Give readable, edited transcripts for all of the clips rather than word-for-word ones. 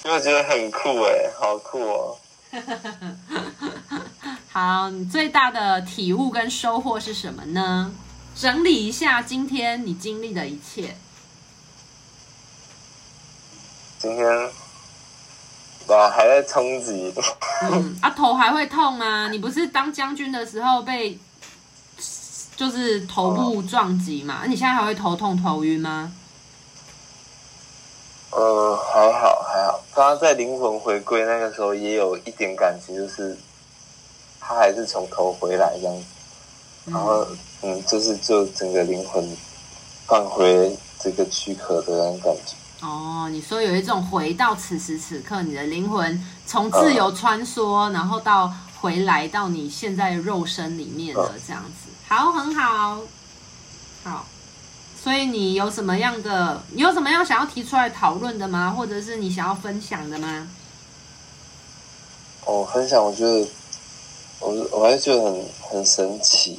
因为我觉得很酷哎，好酷哦。 好，你最大的体悟跟收获是什么呢？整理一下今天你经历的一切。 今天还在冲击。 头还会痛啊！你不是当将军的时候被就是头部撞击嘛？你现在还会头痛头晕吗？ 还好。刚刚在灵魂回归那个时候也有一点感觉，就是他还是从头回来这样子，然后就整个灵魂放回这个躯壳的那种感觉。 哦，你说有一种回到此时此刻，你的灵魂从自由穿梭，然后到回来到你现在的肉身里面了，这样子。好，很好，好。所以你有什么样想要提出来讨论的吗？或者是你想要分享的吗？ 分享，我觉得我还是觉得很神奇，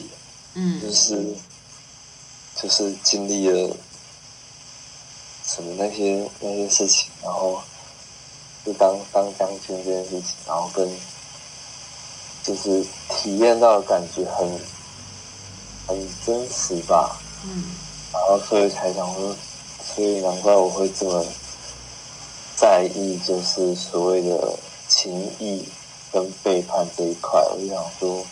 就是经历了什么那些事情，然后就当将军这件事情，然后跟就是体验到的感觉很真实吧。然后所以才想说，所以难怪我会这么在意，就是所谓的情义跟背叛这一块。我就想说，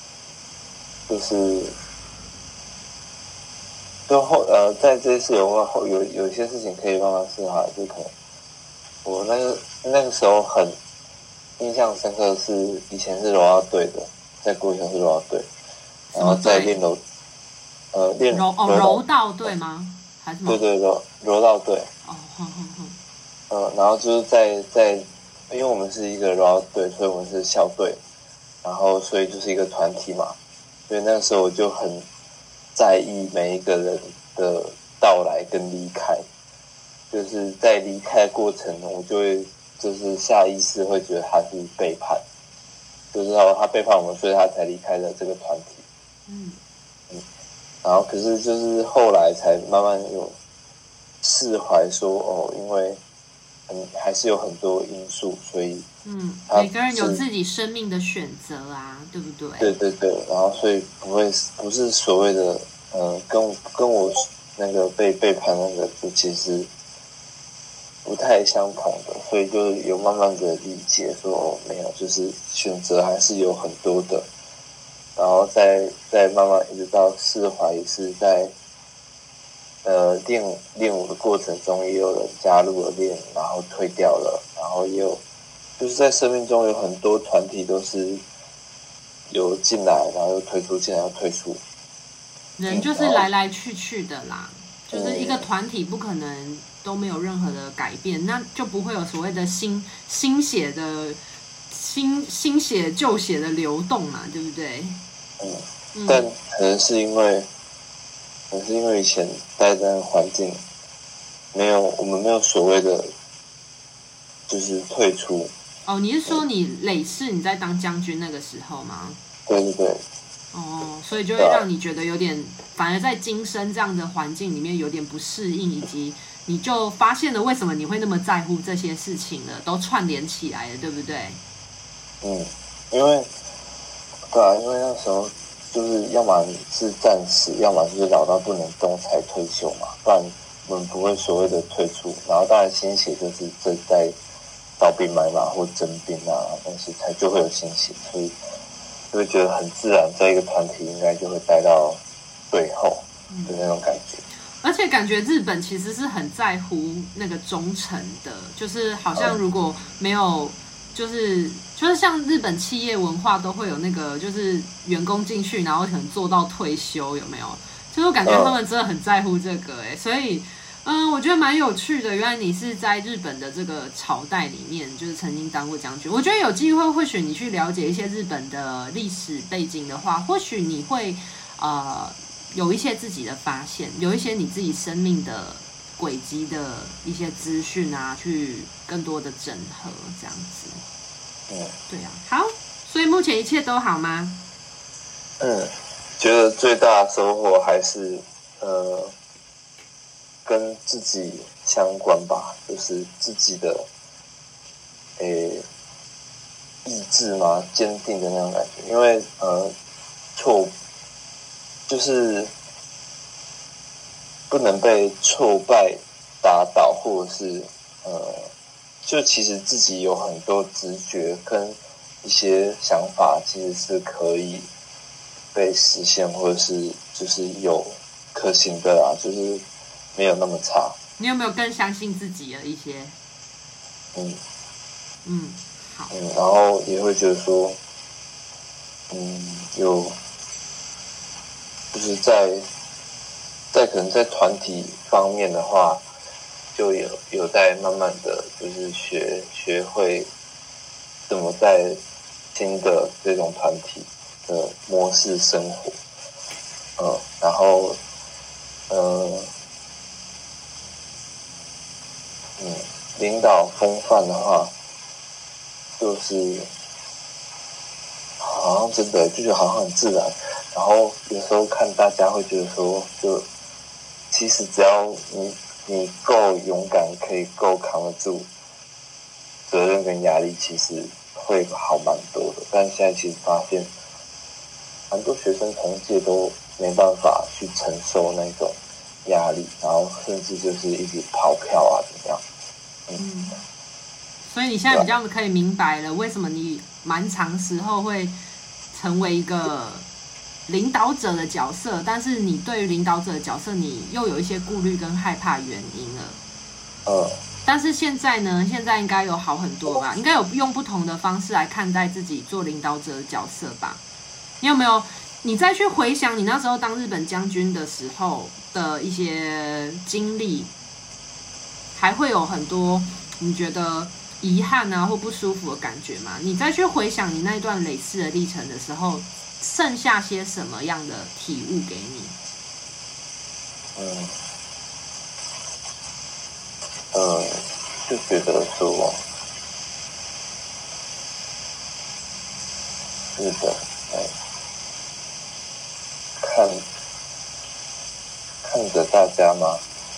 在这些事有一些事情可以慢慢释怀，就可能我那个时候很印象深刻的是，以前是柔道队的，在国小是柔道队，然后在练柔道队吗？还是什么？ 对，柔道队。然后就是在，因为我们是一个柔道队，所以我们是校队，然后所以就是一个团体嘛，所以那个时候我就很在意每一个人的到来跟离开，就是在离开的过程，我就会就是下意识会觉得他是背叛，就是他背叛我们，所以他才离开了这个团体。然后可是就是后来才慢慢有释怀说，因为还是有很多因素，所以每个人有自己生命的选择啊，对不对？ 对，然后所以不是所谓的跟我那个被背叛那个就其实不太相同的，所以就有慢慢的理解说，没有，就是选择还是有很多的。然后再慢慢一直到释怀，也是在练舞的过程中，也有人加入了练，然后退掉了，然后也有就是在生命中有很多团体都是有进来，然后又退出，进来又退出。 人就是来来去去的啦，就是一个团体不可能都没有任何的改变，那就不会有所谓的新血旧血的流动嘛，对不对？ 但可能是因为以前待在那个环境，我们没有所谓的就是退出。 你是说你累世你在当将军那个时候吗？ 对。 所以就会让你觉得有点，反而在今生这样的环境里面有点不适应，以及你就发现了为什么你会那么在乎这些事情了，都串联起来了，对不对？ 因为那时候就是要么你是战士，要么就是老到不能动才退休嘛，不然我们不会所谓的退出。然后当然新血就是在招兵买马或征兵啊，但是才就会有新血，所以就会觉得很自然，在一个团体应该就会待到最后的那种感觉。 而且感觉日本其实是很在乎那个忠诚的，就是好像如果没有。就是像日本企业文化都会有那个，就是员工进去，然后可能做到退休，有没有？就是我感觉他们真的很在乎这个，所以我觉得蛮有趣的。原来你是在日本的这个朝代里面，就是曾经当过将军。我觉得有机会，或许你去了解一些日本的历史背景的话，或许你会有一些自己的发现，有一些你自己生命的轨迹的一些资讯啊，去更多的整合，这样子。对啊，好，所以目前一切都好吗？ 觉得最大的收获还是跟自己相关吧，就是自己的意志嘛，坚定的那种感觉。因为就是不能被挫败打倒，或者是就其实自己有很多直觉跟一些想法，其实是可以被实现，或者是就是有可行的啦，就是没有那么差。 你有没有更相信自己了一些？好。 然后也会觉得说，有就是在可能在团体方面的话，就有在慢慢的就是学会怎么在新的这种团体的模式生活，然后领导风范的话，就是好像真的就觉得好像很自然，然后有时候看大家会觉得说，就其实只要你够勇敢，可以够扛得住责任跟压力，其实会好蛮多的。但现在其实发现，很多学生同届都没办法去承受那种压力，然后甚至就是一直跑票啊怎么样。 所以你现在比较可以明白了，为什么你蛮长时候会成为一个领导者的角色，但是你对于领导者的角色，你又有一些顾虑跟害怕原因了。但是现在呢？现在应该有好很多吧？应该有用不同的方式来看待自己做领导者的角色吧？你有没有？你再去回想你那时候当日本将军的时候的一些经历，还会有很多你觉得遗憾啊或不舒服的感觉吗？你再去回想你那一段累世的历程的时候，剩下些什么样的体悟给你？ 就觉得说，日本看着大家嘛，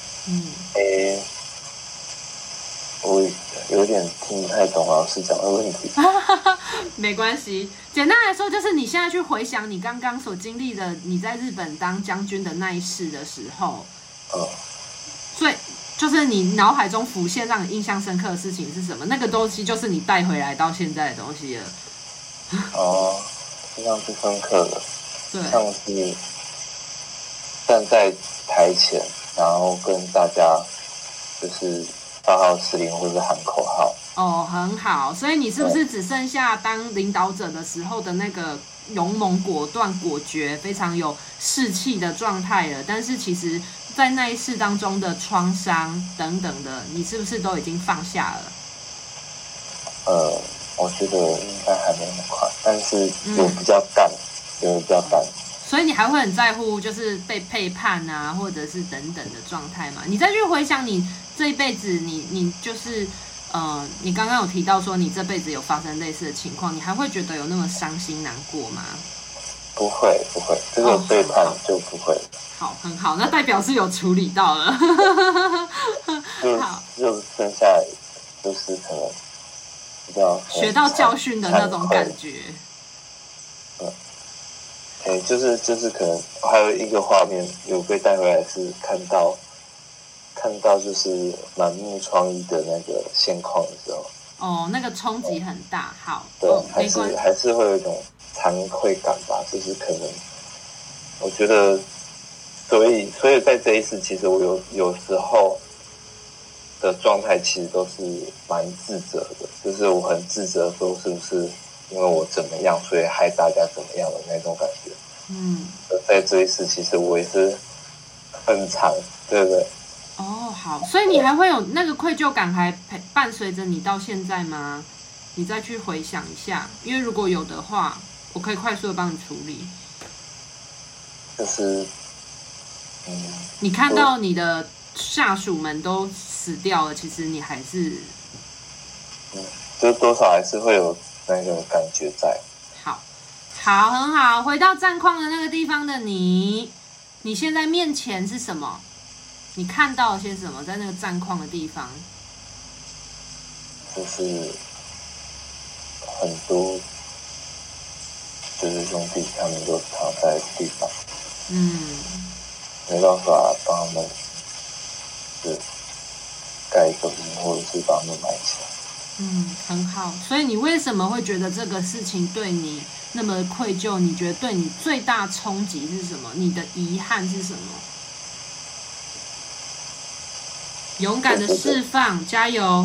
我有点听不太懂老师讲的问题。 没关系，简单来说就是你现在去回想你刚刚所经历的你在日本当将军的那一世的时候，所以就是你脑海中浮现让你印象深刻的事情是什么？那个东西就是你带回来到现在的东西了。 印象最深刻的， 对， 像是站在台前，然后跟大家就是发号施令或者是喊口号。 很好。所以你是不是只剩下当领导者的时候的那个勇猛、果断、果决、非常有士气的状态了？但是其实，在那一世当中的创伤等等的，你是不是都已经放下了？ 我觉得应该还没那么快，但是有比较淡，有比较淡。 所以你还会很在乎，就是被背叛啊，或者是等等的状态嘛？你再去回想你这一辈子，你就是你刚刚有提到说你这辈子有发生类似的情况，你还会觉得有那么伤心难过吗？ 不会，这个背叛就不会。 好，很好，那代表是有处理到了。 就剩下就是可能比较学到教训的那种感觉。 就是可能还有一个画面有被带回来，是看到就是满目疮痍的那个现况的时候。那个冲击很大。好， 对，还是会有一种惭愧感吧，就是可能我觉得，所以在这一次，其实我有时候的状态其实都是蛮自责的，就是我很自责说是不是因为我怎么样，所以害大家怎么样的那种感觉。在这一次，其实我也是很惨，对不对？ 好，所以你还会有那个愧疚感，还伴随着你到现在吗？你再去回想一下，因为如果有的话，我可以快速的帮你处理。 就是， 你看到你的下属们都死掉了，其实你还是， 就多少还是会有那个感觉在。 好，很好。回到战况的那个地方的你现在面前是什么？你看到了些什么在那个战况的地方？ 就是很多就是兄弟他们都躺在地上，没办法帮他们是盖一个屋，或者是帮他们埋起来。 很好。所以你为什么会觉得这个事情对你那么愧疚？你觉得对你最大冲击是什么？你的遗憾是什么？勇敢的释放，加油！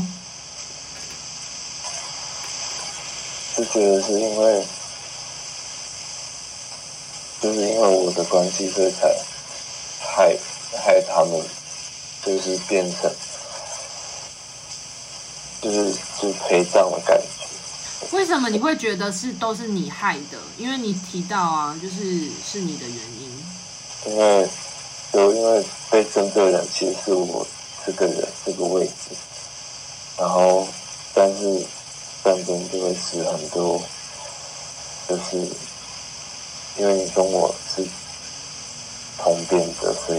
就觉得是因为，就是因为我的关系，所以才害他们，就是变成，就陪葬的感觉。 为什么你会觉得都是你害的？因为你提到啊，是你的原因。 因为被针对的人其实是我这个人这个位置，然后但是战争就会使很多，就是因为你跟我是同边的，所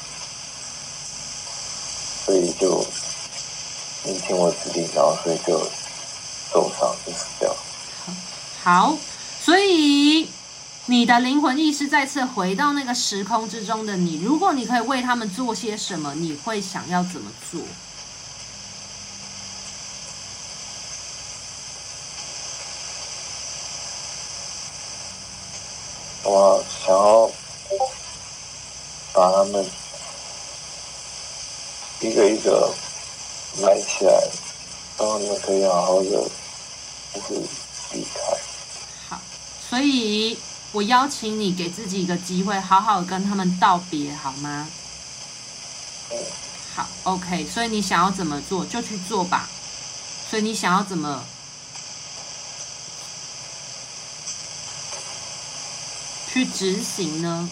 以就你听我指令，然后所以就受伤就死掉了。 好，所以你的灵魂意识再次回到那个时空之中的你，如果你可以为他们做些什么，你会想要怎么做？ 我想要把他们一个一个埋起来，让他们可以好好的就是离开。 好，所以我邀请你给自己一个机会，好好跟他们道别，好吗？好 ，OK。所以你想要怎么做就去做吧。所以你想要怎么去执行呢？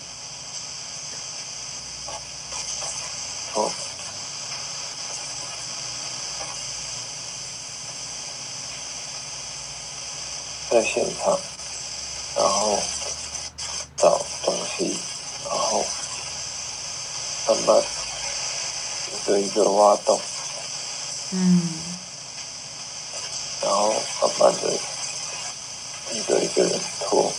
在现场，然后找东西，然后慢慢一个一个挖洞，然后慢慢的一个一个人拖，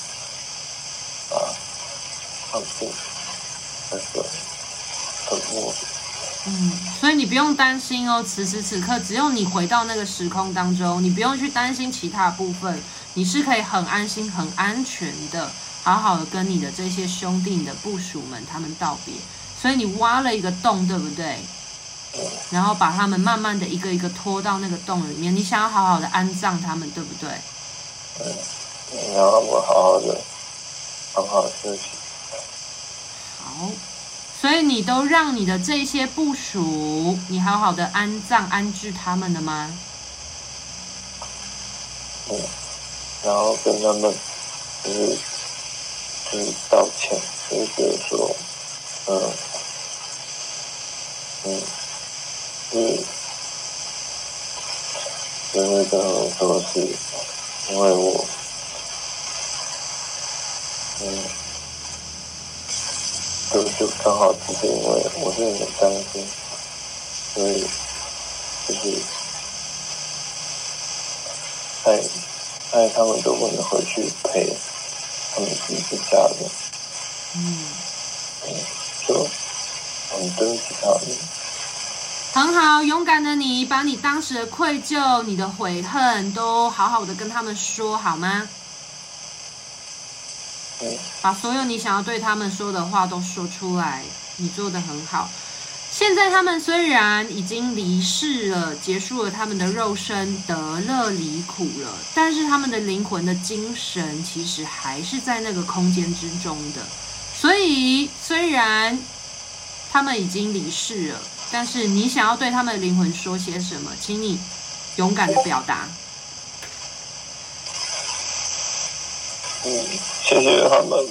放进那个坟墓里。 所以你不用担心哦，此时此刻只有你回到那个时空当中，你不用去担心其他部分，你是可以很安心、很安全的，好好的跟你的这些兄弟、你的部属们他们道别。所以你挖了一个洞，对不对？然后把他们慢慢的一个一个拖到那个洞里面，你想要好好的安葬他们，对不对？ 然后我好好休息。 好。所以你都让你的这些部属，你好好的安葬安置他们了吗？ 然后跟他们就是道歉，就是觉得说，就是跟他们说是因为我，就刚好只是因为我是很担心，所以就是害他们都不能回去陪他们自己的家人，就很对不起他们。 很好，勇敢的你，把你当时的愧疚、你的悔恨都好好的跟他们说，好吗？把所有你想要对他们说的话都说出来，你做得很好。现在他们虽然已经离世了，结束了他们的肉身，得乐离苦了，但是他们的灵魂的精神其实还是在那个空间之中的。所以虽然他们已经离世了，但是你想要对他们的灵魂说些什么，请你勇敢的表达。 谢谢他们。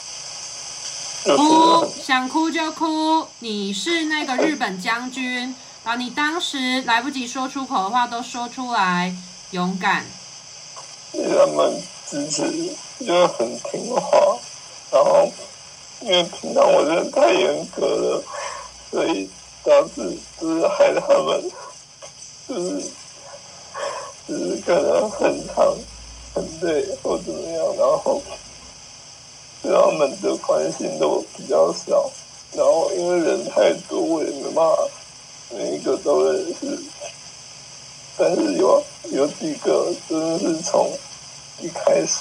哭，想哭就哭。你是那个日本将军，把你当时来不及说出口的话都说出来，勇敢。 他们支持，就很听话，然后因为平常我真的太严格了，所以导致就是害他们，就是可能很很累或怎么样，然后对他们的关心都比较少，然后因为人太多，我也没办法每一个都认识，但是有几个真的是从一开始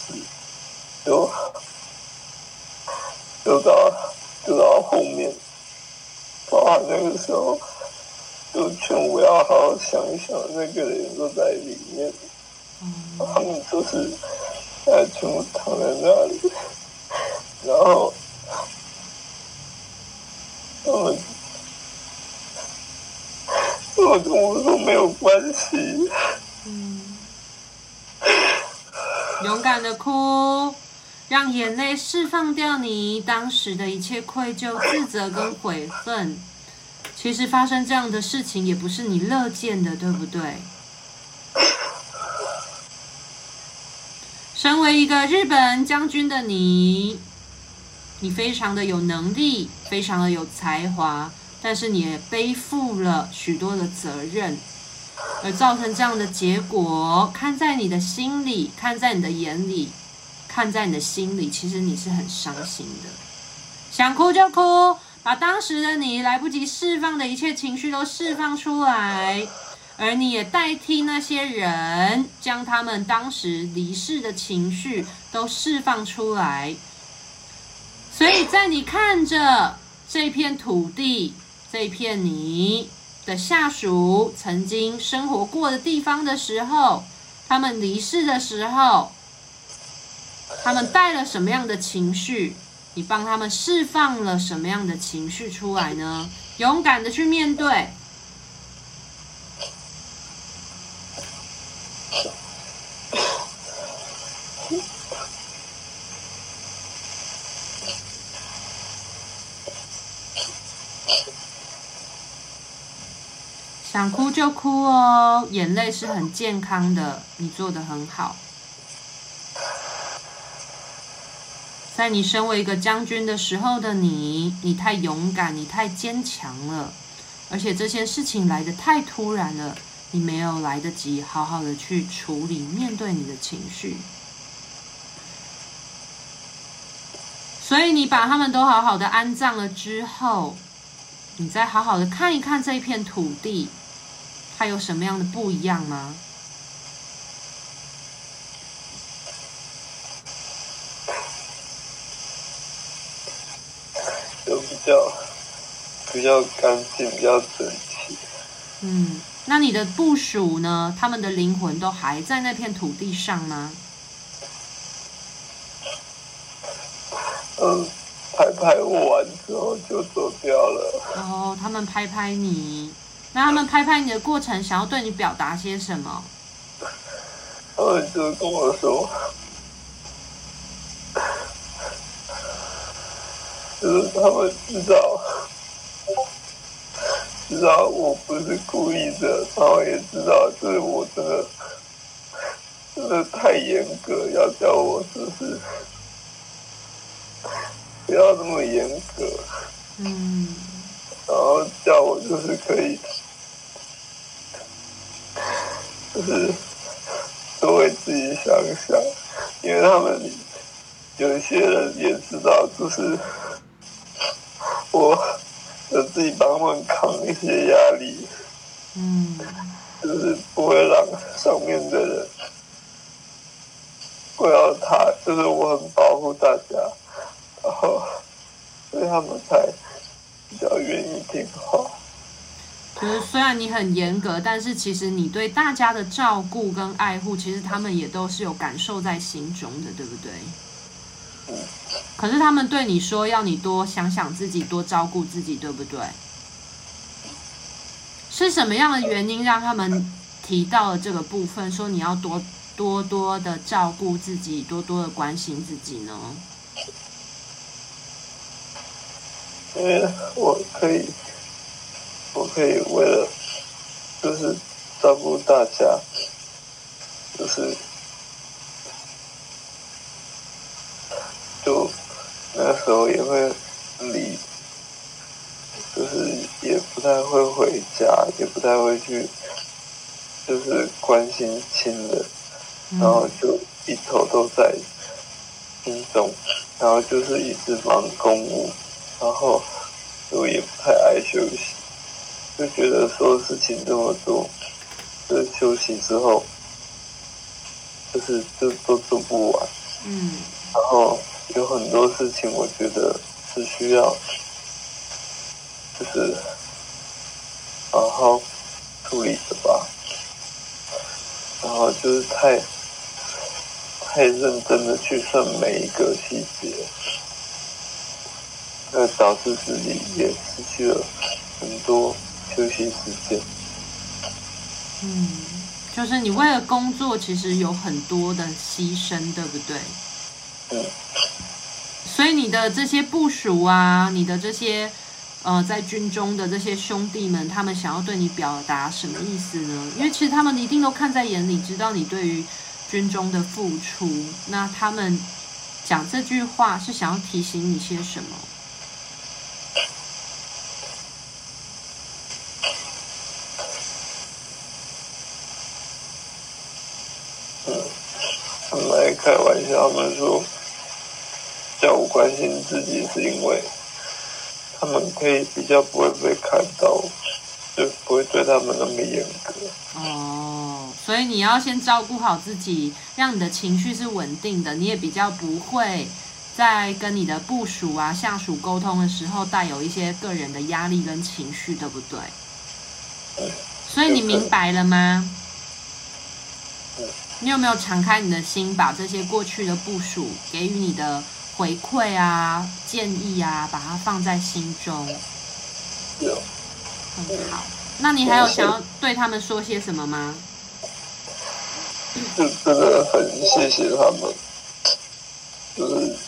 就到后面，包含那个时候就劝我要好好想一想，那个人都在里面，他们就是全部躺在那里，然后他们跟我说没有关系， 勇敢的哭，让眼泪释放掉你当时的一切愧疚、自责跟悔恨。其实发生这样的事情也不是你乐见的，对不对？身为一个日本将军的你非常的有能力，非常的有才华，但是你也背负了许多的责任，而造成这样的结果，看在你的心里，看在你的眼里，看在你的心里，其实你是很伤心的。想哭就哭，把当时的你来不及释放的一切情绪都释放出来，而你也代替那些人，将他们当时离世的情绪都释放出来。所以在你看着这片土地，这片你的下属曾经生活过的地方的时候，他们离世的时候，他们带了什么样的情绪？你帮他们释放了什么样的情绪出来呢？勇敢的去面对。想哭就哭哦，眼泪是很健康的，你做得很好。在你身为一个将军的时候的你太勇敢，你太坚强了，而且这件事情来得太突然了，你没有来得及好好的去处理面对你的情绪，所以你把他们都好好的安葬了之后，你再好好的看一看这一片土地，它有什么样的不一样吗？ 就比较干净，比较整齐。 那你的部属呢？他们的灵魂都还在那片土地上吗？ 拍我完之后就走掉了。 哦，他们拍拍你，那他们拍拍你的过程，想要对你表达些什么？ 他们就跟我说，就是他们知道我不是故意的，然后也知道就是我真的太严格，要叫我就是不要那么严格，然后叫我就是可以，就是多为自己想想，因为他们有一些人也知道，就是我自己帮他们扛一些压力，就是不会让上面的人会要他，就是我很保护大家，然后所以他们才比较愿意听话。 就是虽然你很严格，但是其实你对大家的照顾跟爱护，其实他们也都是有感受在心中的，对不对？可是他们对你说要你多想想自己，多照顾自己，对不对？是什么样的原因让他们提到了这个部分，说你要多的照顾自己，多的关心自己呢？ 因为我可以为了就是照顾大家，就那时候也会就是也不太会回家，也不太会去就是关心亲人，然后一头都在心中，然后就是一直忙公务，然后就也不太爱休息，就觉得说事情这么多，就是休息之后，就都做不完，然后有很多事情我觉得是需要，就是好好处理的吧，然后就是太认真的去算每一个细节，导致自己也失去了很多休息时间。 就是你为了工作，其实有很多的牺牲，对不对？所以你的这些部属啊，你的这些在军中的这些兄弟们，他们想要对你表达什么意思呢？因为其实他们一定都看在眼里，知道你对于军中的付出。那他们讲这句话是想要提醒你些什么？ 他们来开玩笑，他们说叫我关心自己，是因为他们可以比较不会被看到，就不会对他们那么严格。 所以你要先照顾好自己，让你的情绪是稳定的，你也比较不会在跟你的部属啊、下属沟通的时候带有一些个人的压力跟情绪，对不对？所以你明白了吗？你有没有敞开你的心，把这些过去的部属给予你的回馈啊、建议啊，把它放在心中？ 有。 很好。那你还有想要对他们说些什么吗？ 就真的很谢谢他们，就是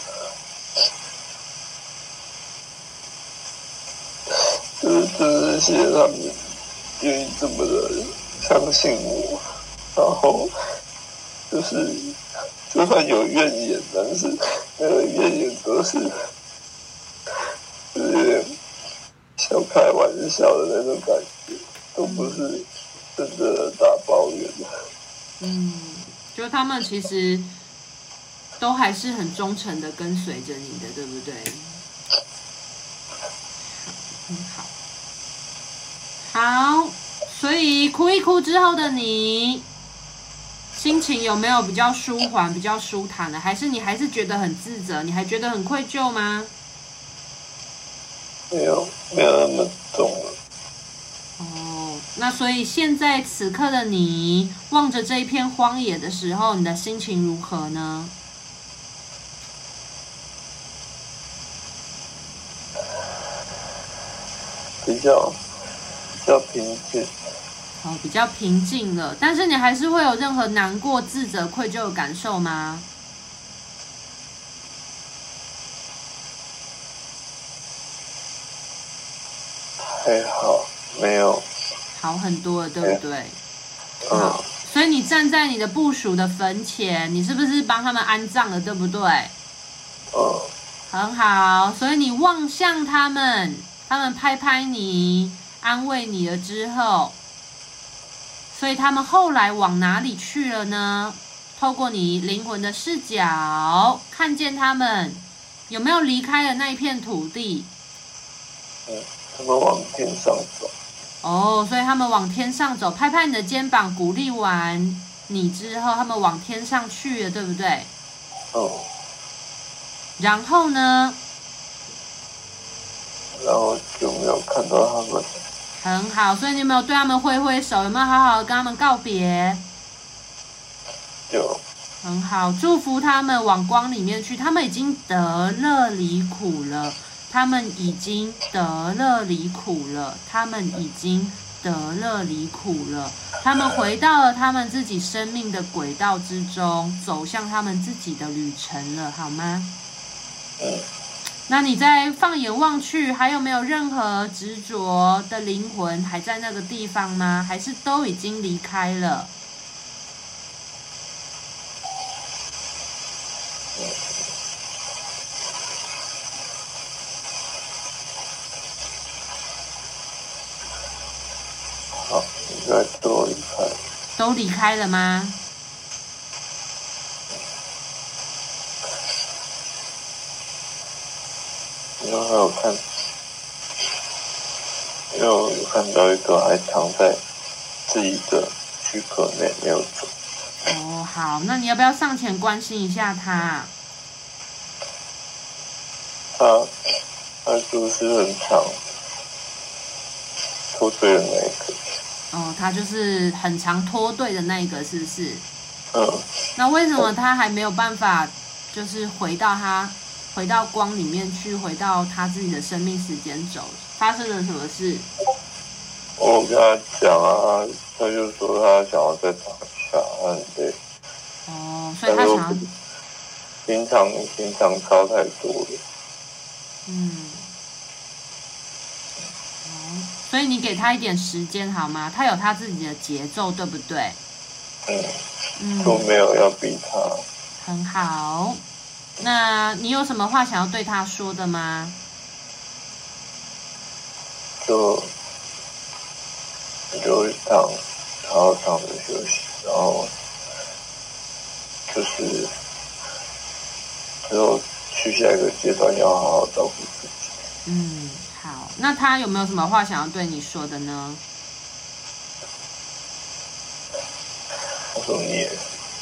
真的谢谢他们愿意这么的相信我，然后就是就算有怨言，但是那个怨言都是就是小开玩笑的那种感觉，都不是真的大抱怨的。 就他们其实都还是很忠诚的跟随着你的，对不对？好，所以哭一哭之后的你，心情有没有比较舒缓、比较舒坦的？还是你还是觉得很自责？你还觉得很愧疚吗？ 没有那么重了。 那所以现在此刻的你，望着这一片荒野的时候，你的心情如何呢？ 比较平静。 比较平静了，但是你还是会有任何难过、自责、愧疚的感受吗？ 还好，没有。 好很多了，对不对？好，所以你站在你的部属的坟前，你是不是帮他们安葬了，对不对？很好，所以你望向他们，他们拍拍你，安慰你了之后，所以他们后来往哪里去了呢？透过你灵魂的视角，看见他们有没有离开了那一片土地？ 他们往天上走。 所以他们往天上走，拍拍你的肩膀，鼓励完你之后，他们往天上去了，对不对？然后呢？ 然后就没有看到他们。 很好，所以你有没有对他们挥挥手？有没有好好的跟他们告别？ 有。 很好，祝福他们往光里面去。他们已经得乐离苦了。他们已经得乐离苦了，他们已经得乐离苦了，他们回到了他们自己生命的轨道之中，走向他们自己的旅程了，好吗？那你再放眼望去，还有没有任何执着的灵魂还在那个地方吗？还是都已经离开了？ 应该都离开了。 都离开了吗？ 因为我有看到一个还躺在自己的躯壳内没有走。 哦，好，那你要不要上前关心一下他？ 他就是很长脱队的那一个。 哦，他就是很常脱队的那一个，是不是？ 嗯。 那为什么他还没有办法，就是回到光里面去，回到他自己的生命时间轴？发生了什么事？ 我跟他讲啊，他就说他想要再躺一下，他很累。 哦，所以他想要平常超太多了。 所以你给他一点时间好吗？他有他自己的节奏，对不对？ 都没有要逼他。 很好。那你有什么话想要对他说的吗？ 就好好躺着休息，然后就是之后去下一个阶段要好好照顾自己。 好。那他有没有什么话想要对你说的呢？ 我说你也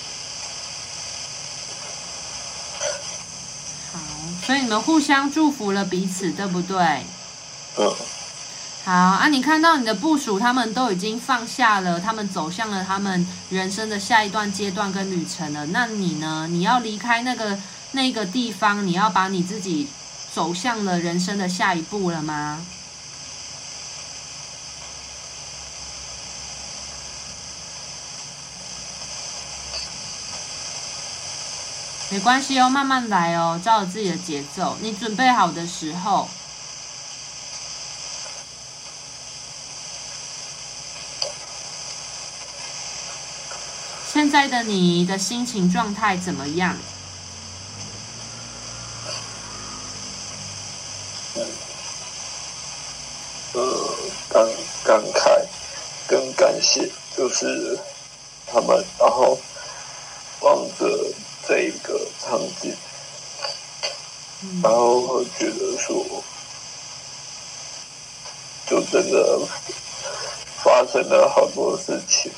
好，所以你们互相祝福了彼此，对不对？好啊，你看到你的部属他们都已经放下了，他们走向了他们人生的下一段阶段跟旅程了。那你呢？你要离开那个地方，你要把你自己走向了人生的下一步了吗？没关系哦，慢慢来哦，照着自己的节奏。你准备好的时候。现在的你的心情状态怎么样？ 感慨跟感谢，就是他们，然后望着这一个场景，然后会觉得说，就真的发生了好多事情，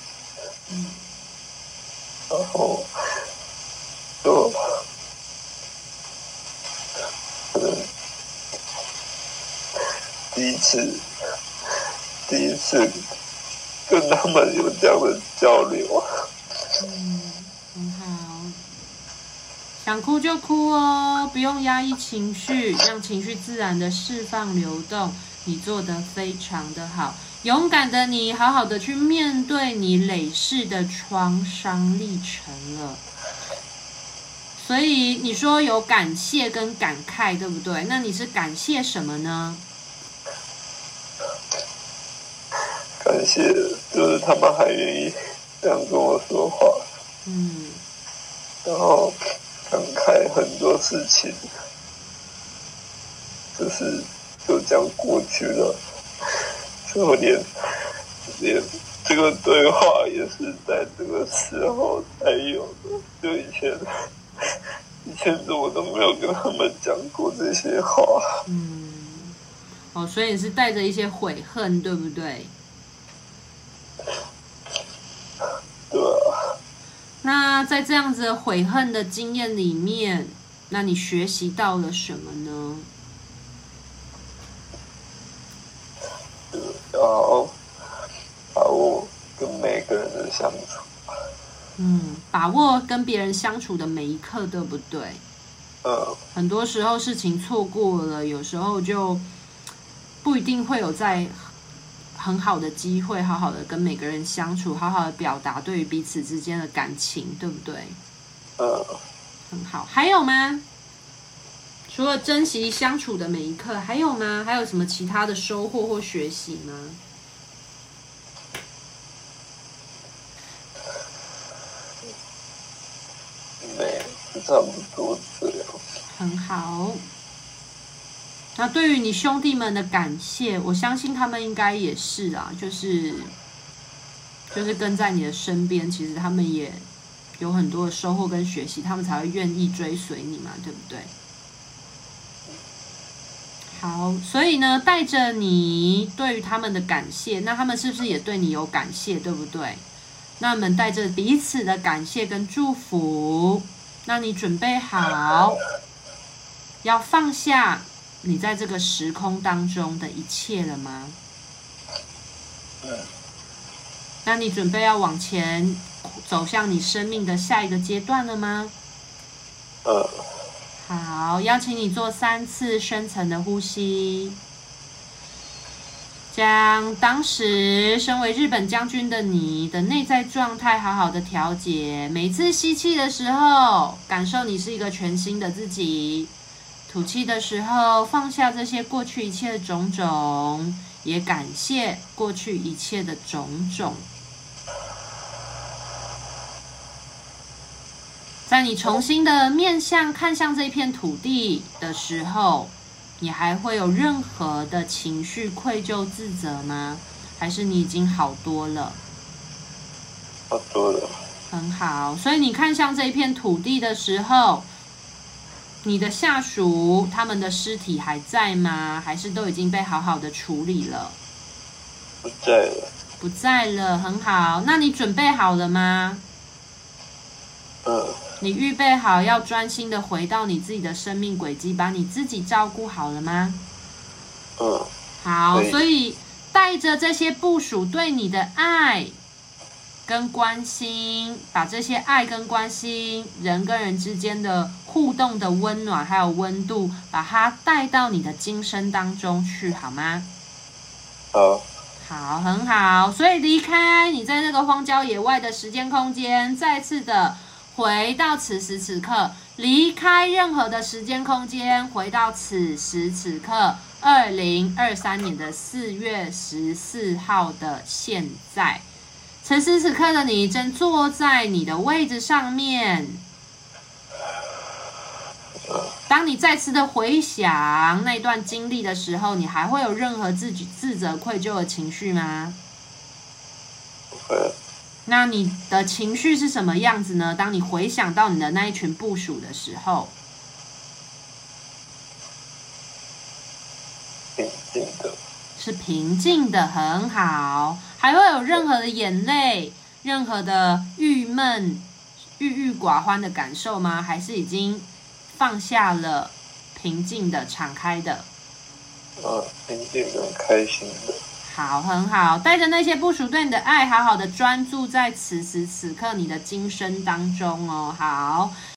然后就可能第一次跟他们有这样的交流。 很好。想哭就哭哦，不用压抑情绪，让情绪自然的释放流动。你做得非常的好，勇敢的你，好好的去面对你累世的创伤历程了。所以你说有感谢跟感慨，对不对？那你是感谢什么呢？ 感谢，就是他们还愿意这样跟我说话。然后感慨很多事情，就这样过去了。就连这个对话也是在这个时候才有的，就以前我都没有跟他们讲过这些话。 所以你是带着一些悔恨，对不对？ 对啊。 那在这样子的悔恨的经验里面，那你学习到了什么呢？ 要把握跟每个人的相处。 把握跟别人相处的每一刻，对不对？很多时候事情错过了，有时候就不一定会有在很好的机会，好好的跟每个人相处，好好的表达对于彼此之间的感情，对不对？很好。还有吗？除了珍惜相处的每一刻，还有吗？还有什么其他的收获或学习吗？ 没，差不多这样。 很好。那对于你兄弟们的感谢，我相信他们应该也是啊，就是跟在你的身边，其实他们也有很多的收获跟学习，他们才会愿意追随你嘛，对不对？ 好，所以呢，带着你对于他们的感谢，那他们是不是也对你有感谢，对不对？那我们带着彼此的感谢跟祝福，那你准备好要放下你在这个时空当中的一切了吗？那你准备要往前走向你生命的下一个阶段了吗？好，邀请你做3次深层的呼吸，将当时身为日本将军的你的内在状态好好的调节。每次吸气的时候，感受你是一个全新的自己；吐气的时候，放下这些过去一切的种种，也感谢过去一切的种种。在你重新的面向看向这片土地的时候，你还会有任何的情绪愧疚自责吗？还是你已经好多了？ 好多了。 很好，所以你看向这一片土地的时候，你的下属他们的尸体还在吗？还是都已经被好好的处理了？ 不在了。 不在了，很好。那你准备好了吗？你预备好要专心的回到你自己的生命轨迹，把你自己照顾好了吗？好，所以带着这些部属对你的爱跟关心，把这些爱跟关心，人跟人之间的互动的温暖还有温度，把它带到你的今生当中去，好吗？好，很好。所以离开你在这个荒郊野外的时间空间，再次的回到此时此刻，离开任何的时间空间，回到此时此刻，2023年的4月14号的现在。此时此刻的你正坐在你的位置上面。当你再次的回想那段经历的时候，你还会有任何自责、愧疚的情绪吗？ 不会。 那你的情绪是什么样子呢？当你回想到你的那一群部属的时候， 平静的。 是平静的，很好。还会有任何的眼泪、任何的郁闷、郁郁寡欢的感受吗？还是已经放下了，平静的、敞开的？ 平静的、开心的。 好，很好，带着那些部属对你的爱，好好的专注在此时此刻你的今生当中哦。好，